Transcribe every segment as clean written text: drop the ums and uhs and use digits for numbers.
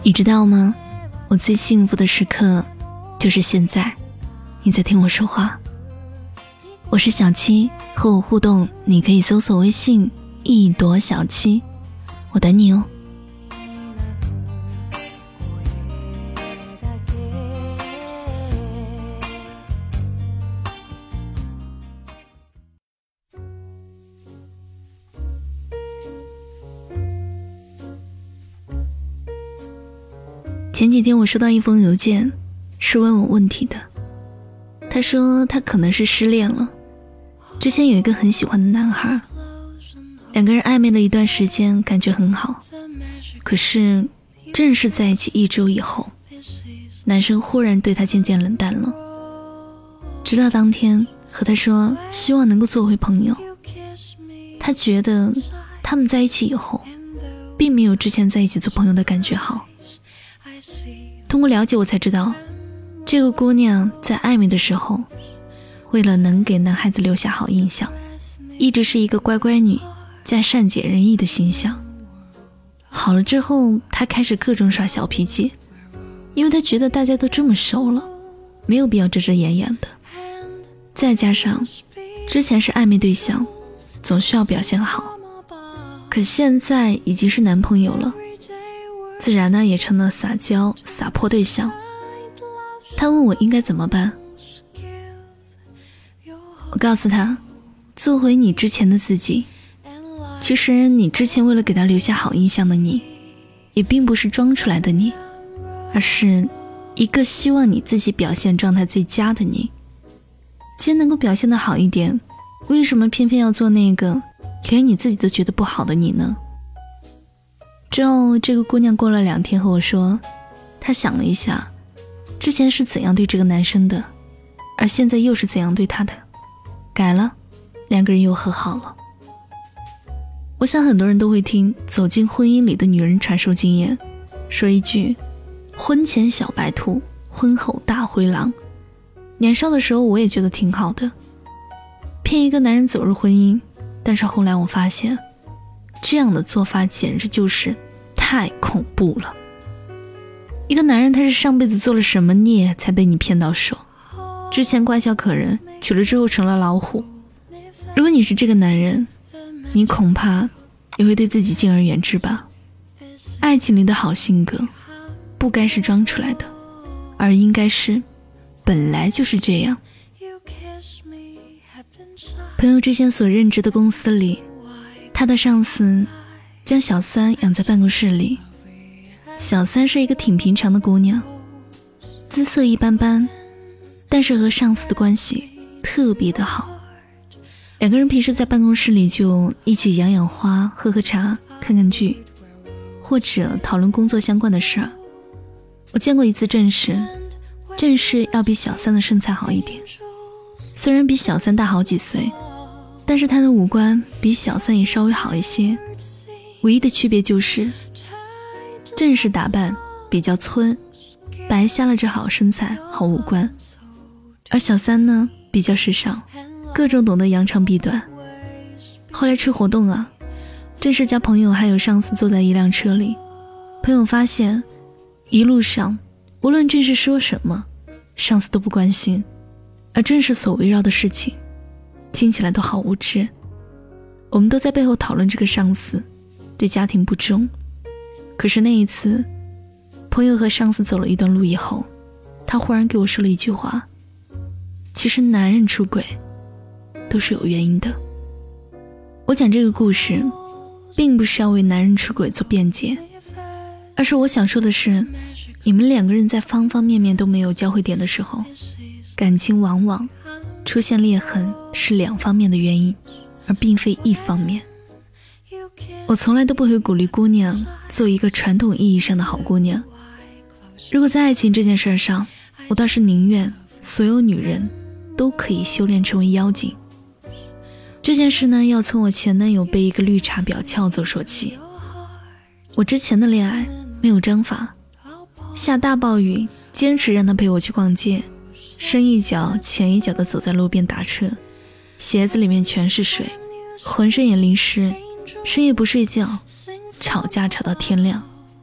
你知道吗？我最幸福的时刻就是现在，你在听我说话。我是小七，和我互动你可以搜索微信一朵小七，我等你哦。前几天我收到一封邮件，是问我问题的。他说他可能是失恋了，之前有一个很喜欢的男孩，两个人暧昧了一段时间，感觉很好，可是正式在一起1周以后，男生忽然对他渐渐冷淡了，直到当天和他说希望能够做回朋友。他觉得他们在一起以后并没有之前在一起做朋友的感觉好。通过了解我才知道，这个姑娘在暧昧的时候，为了能给男孩子留下好印象，一直是一个乖乖女加善解人意的形象。好了之后，她开始各种耍小脾气，因为她觉得大家都这么熟了，没有必要遮遮掩掩的。再加上之前是暧昧对象，总需要表现好，可现在已经是男朋友了，自然呢也成了撒娇撒泼对象。他问我应该怎么办，我告诉他，做回你之前的自己。其实你之前为了给他留下好印象的你，也并不是装出来的你，而是一个希望你自己表现状态最佳的你。既然能够表现得好一点，为什么偏偏要做那个连你自己都觉得不好的你呢？之后这个姑娘过了2天和我说，她想了一下之前是怎样对这个男生的，而现在又是怎样对他的，改了，2个人又和好了。我想很多人都会听走进婚姻里的女人传授经验，说一句婚前小白兔，婚后大灰狼。年少的时候我也觉得挺好的，骗一个男人走入婚姻，但是后来我发现这样的做法简直就是太恐怖了。一个男人他是上辈子做了什么孽才被你骗到手，之前乖巧可人，娶了之后成了老虎。如果你是这个男人，你恐怕也会对自己敬而远之吧。爱情里的好性格不该是装出来的，而应该是本来就是这样。朋友之前所任职的公司里，他的上司将小三养在办公室里。小三是一个挺平常的姑娘，姿色一般般，但是和上司的关系特别的好。2个人平时在办公室里就一起养养花，喝喝茶，看看剧，或者讨论工作相关的事儿。我见过一次正事要比小三的身材好一点，虽然比小三大好几岁，但是她的五官比小三也稍微好一些，唯一的区别就是正式打扮比较村，白瞎了这好身材好五官，而小三呢比较时尚，各种懂得扬长避短。后来吃活动啊，正式加朋友还有上司坐在一辆车里，朋友发现一路上无论正式说什么，上司都不关心，而正式所围绕的事情听起来都好无知。我们都在背后讨论这个上司对家庭不忠，可是那一次朋友和上司走了一段路以后，他忽然给我说了一句话，其实男人出轨都是有原因的。我讲这个故事并不是要为男人出轨做辩解，而是我想说的是，你们2个人在方方面面都没有交汇点的时候，感情往往出现裂痕是2方面的原因，而并非1方面。我从来都不会鼓励姑娘做一个传统意义上的好姑娘。如果在爱情这件事上，我倒是宁愿所有女人都可以修炼成为妖精。这件事呢，要从我前男友被一个绿茶婊撬走说起。我之前的恋爱没有章法，下大暴雨坚持让他陪我去逛街，深一脚浅一脚地走在路边打车，鞋子里面全是水，浑身也淋湿，深夜不睡觉，吵架吵到天亮。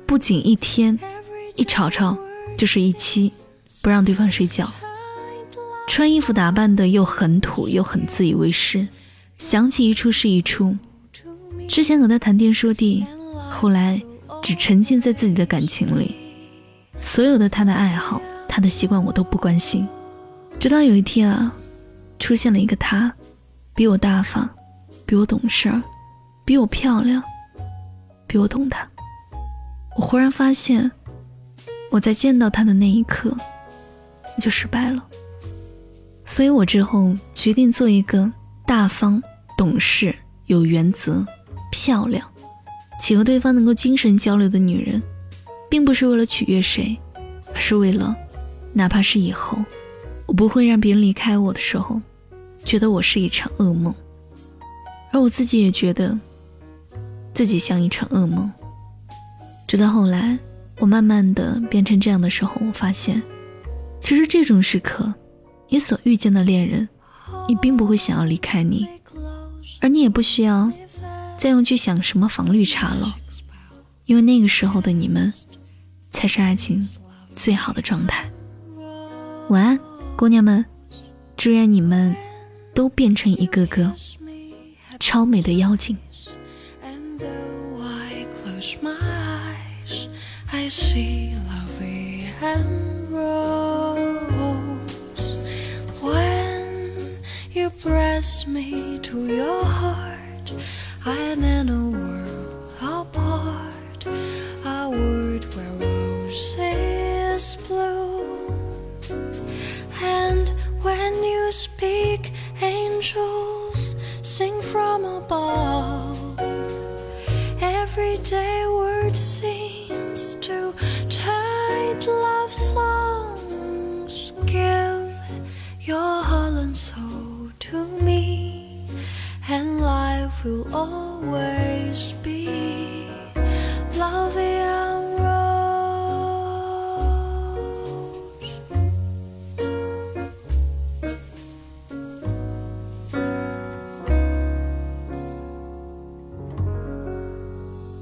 不仅一天一吵吵就是一期，不让对方睡觉。穿衣服打扮的又很土又很自以为是，想起一出是一出。之前和他谈天说地，后来只沉浸在自己的感情里，所有的他的爱好他的习惯我都不关心。直到有一天啊，出现了一个他，比我大方，比我懂事儿，比我漂亮，比我懂他。我忽然发现，我在见到他的那一刻我就失败了。所以我之后决定做一个大方、懂事、有原则、漂亮且和对方能够精神交流的女人，并不是为了取悦谁，而是为了哪怕是以后我不会让别人离开我的时候觉得我是一场噩梦，而我自己也觉得自己像一场噩梦。直到后来我慢慢的变成这样的时候，我发现其实这种时刻你所遇见的恋人你并不会想要离开你，而你也不需要再用去想什么防绿茶了，因为那个时候的你们才是爱情最好的状态。晚安姑娘们，祝愿你们都变成一个个超美的妖精。 I see lovey and rose when you press me to your heart, and in a world apart, a world where roses bloom. And when you speak, angels sing from above. Everyday words seems to chant love songs. Give your heart and soul to me, and life will always be lovely.